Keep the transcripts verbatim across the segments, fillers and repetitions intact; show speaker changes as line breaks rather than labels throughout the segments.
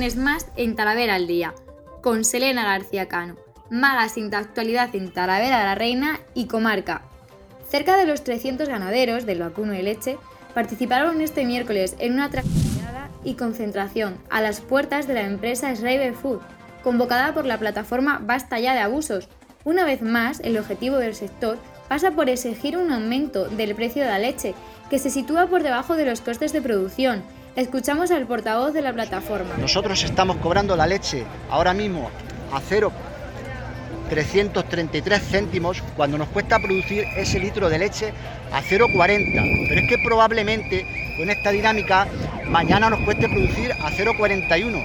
lunes más en Talavera al Día, con Selena García Cano, magazine de actualidad en Talavera de la Reina y comarca. Cerca de los trescientos ganaderos del vacuno de leche participaron este miércoles en una tractorada y concentración a las puertas de la empresa Schreiber Food, convocada por la plataforma Basta ya de abusos. Una vez más, el objetivo del sector pasa por exigir un aumento del precio de la leche, que se sitúa por debajo de los costes de producción. Escuchamos al portavoz de la plataforma.
Nosotros estamos cobrando la leche ahora mismo a cero coma trescientos treinta y tres céntimos cuando nos cuesta producir ese litro de leche a cero coma cuarenta. Pero es que probablemente con esta dinámica mañana nos cueste producir a cero coma cuarenta y uno.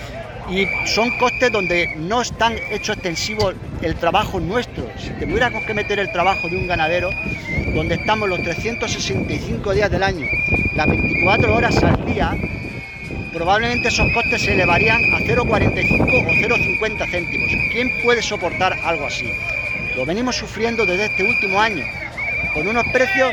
Y son costes donde no están hechos extensivos el trabajo nuestro. Si tuviéramos que meter el trabajo de un ganadero, donde estamos los trescientos sesenta y cinco días del año, las veinticuatro horas al día, probablemente esos costes se elevarían a cero coma cuarenta y cinco o cero coma cincuenta céntimos. ¿Quién puede soportar algo así? Lo venimos sufriendo desde este último año, con unos precios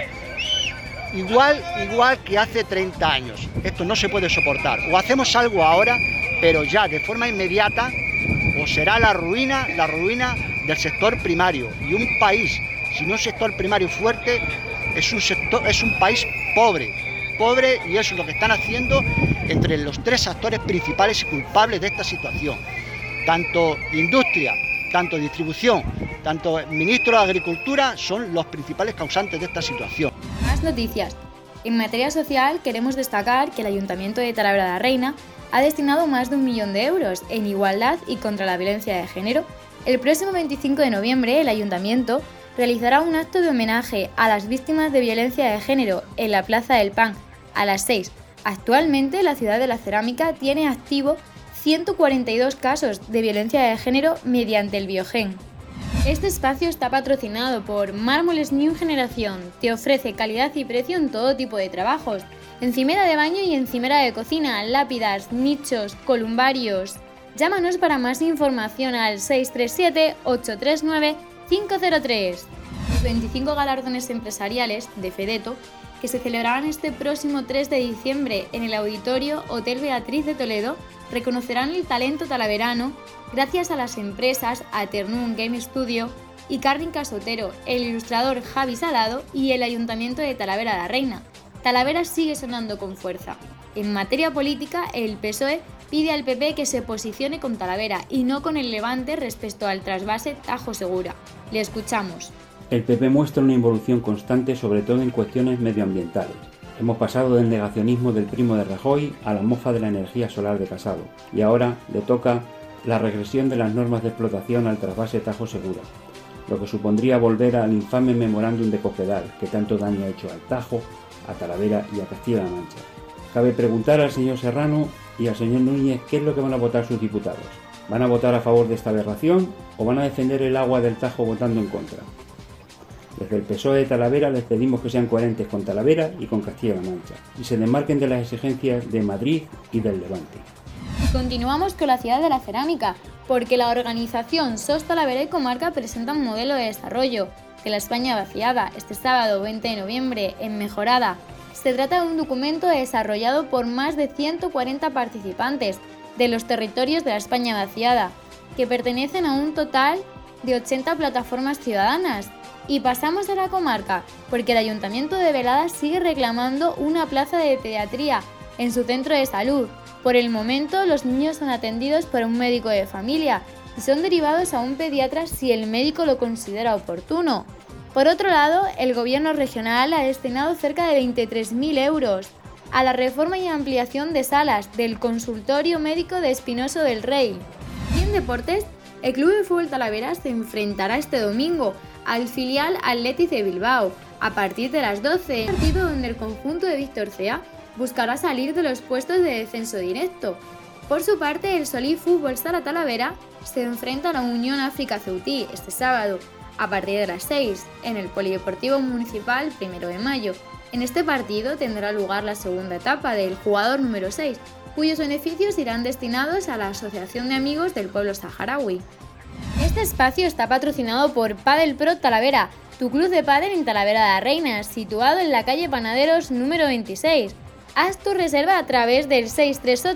igual, igual que hace treinta años. Esto no se puede soportar. O hacemos algo ahora, pero ya de forma inmediata, o será la ruina, la ruina del sector primario. Y un país sin un sector primario fuerte es un sector, es un país pobre, pobre, y eso es lo que están haciendo entre los tres actores principales y culpables de esta situación. Tanto industria, tanto distribución, tanto ministro de Agricultura son los principales causantes de esta situación.
Más noticias. En materia social queremos destacar que el Ayuntamiento de Talavera de la Reina ha destinado más de un millón de euros en igualdad y contra la violencia de género. El próximo veinticinco de noviembre el Ayuntamiento realizará un acto de homenaje a las víctimas de violencia de género en la Plaza del Pan a las seis. Actualmente la ciudad de la cerámica tiene activo ciento cuarenta y dos casos de violencia de género mediante el Biogen. Este espacio está patrocinado por Mármoles New Generación. Te ofrece calidad y precio en todo tipo de trabajos. Encimera de baño y encimera de cocina, lápidas, nichos, columbarios. Llámanos para más información al seis tres siete, ocho tres nueve, cinco cero tres. Los veinticinco galardones empresariales de Fedeto, que se celebrarán este próximo tres de diciembre en el Auditorio Hotel Beatriz de Toledo, reconocerán el talento talaverano gracias a las empresas Aternum Game Studio y Carling Casotero, el ilustrador Javi Salado y el Ayuntamiento de Talavera de la Reina. Talavera sigue sonando con fuerza. En materia política, el P S O E pide al P P que se posicione con Talavera y no con el Levante respecto al trasvase Tajo Segura. Le escuchamos.
El P P muestra una involución constante, sobre todo en cuestiones medioambientales. Hemos pasado del negacionismo del primo de Rajoy a la mofa de la energía solar de Casado, y ahora le toca la regresión de las normas de explotación al trasvase Tajo Segura, lo que supondría volver al infame memorándum de Cospedal, que tanto daño ha hecho al Tajo, a Talavera y a Castilla-La Mancha. Cabe preguntar al señor Serrano y al señor Núñez qué es lo que van a votar sus diputados. ¿Van a votar a favor de esta aberración o van a defender el agua del Tajo votando en contra? Desde el P S O E de Talavera les pedimos que sean coherentes con Talavera y con Castilla-La Mancha y se desmarquen de las exigencias de Madrid y del Levante.
Continuamos con la ciudad de la cerámica, porque la organización S O S Talavera y Comarca presenta un modelo de desarrollo que la España vaciada este sábado veinte de noviembre en Mejorada. Se trata de un documento desarrollado por más de ciento cuarenta participantes de los territorios de la España vaciada, que pertenecen a un total de ochenta plataformas ciudadanas. Y pasamos a la comarca, porque el Ayuntamiento de Velada sigue reclamando una plaza de pediatría en su centro de salud. Por el momento, los niños son atendidos por un médico de familia y son derivados a un pediatra si el médico lo considera oportuno. Por otro lado, el gobierno regional ha destinado cerca de veintitrés mil euros a la reforma y ampliación de salas del consultorio médico de Espinoso del Rey. Y en deportes, el Club de Fútbol Talavera se enfrentará este domingo al filial Athletic de Bilbao a partir de las doce, un partido donde el conjunto de Víctor Cea buscará salir de los puestos de descenso directo. Por su parte, el Solí Fútbol Sala Talavera se enfrenta a la Unión África Ceutí este sábado a partir de las seis en el Polideportivo Municipal primero de mayo. En este partido tendrá lugar la segunda etapa del jugador número seis, cuyos beneficios irán destinados a la Asociación de Amigos del Pueblo Saharaui. Este espacio está patrocinado por Padel Pro Talavera, tu club de pádel en Talavera de la Reina, situado en la calle Panaderos número veintiséis. Haz tu reserva a través del seis tres ocho,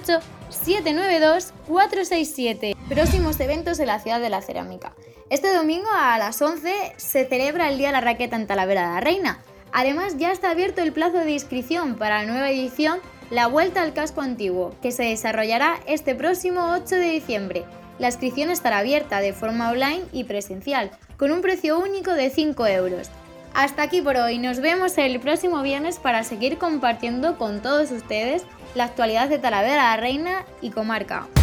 siete nueve dos, cuatro seis siete. Próximos eventos en la ciudad de la cerámica. Este domingo a las once se celebra el Día de la Raqueta en Talavera de la Reina. Además, ya está abierto el plazo de inscripción para la nueva edición La Vuelta al Casco Antiguo, que se desarrollará este próximo ocho de diciembre. La inscripción estará abierta de forma online y presencial, con un precio único de cinco euros. Hasta aquí por hoy, nos vemos el próximo viernes para seguir compartiendo con todos ustedes la actualidad de Talavera de la Reina y comarca.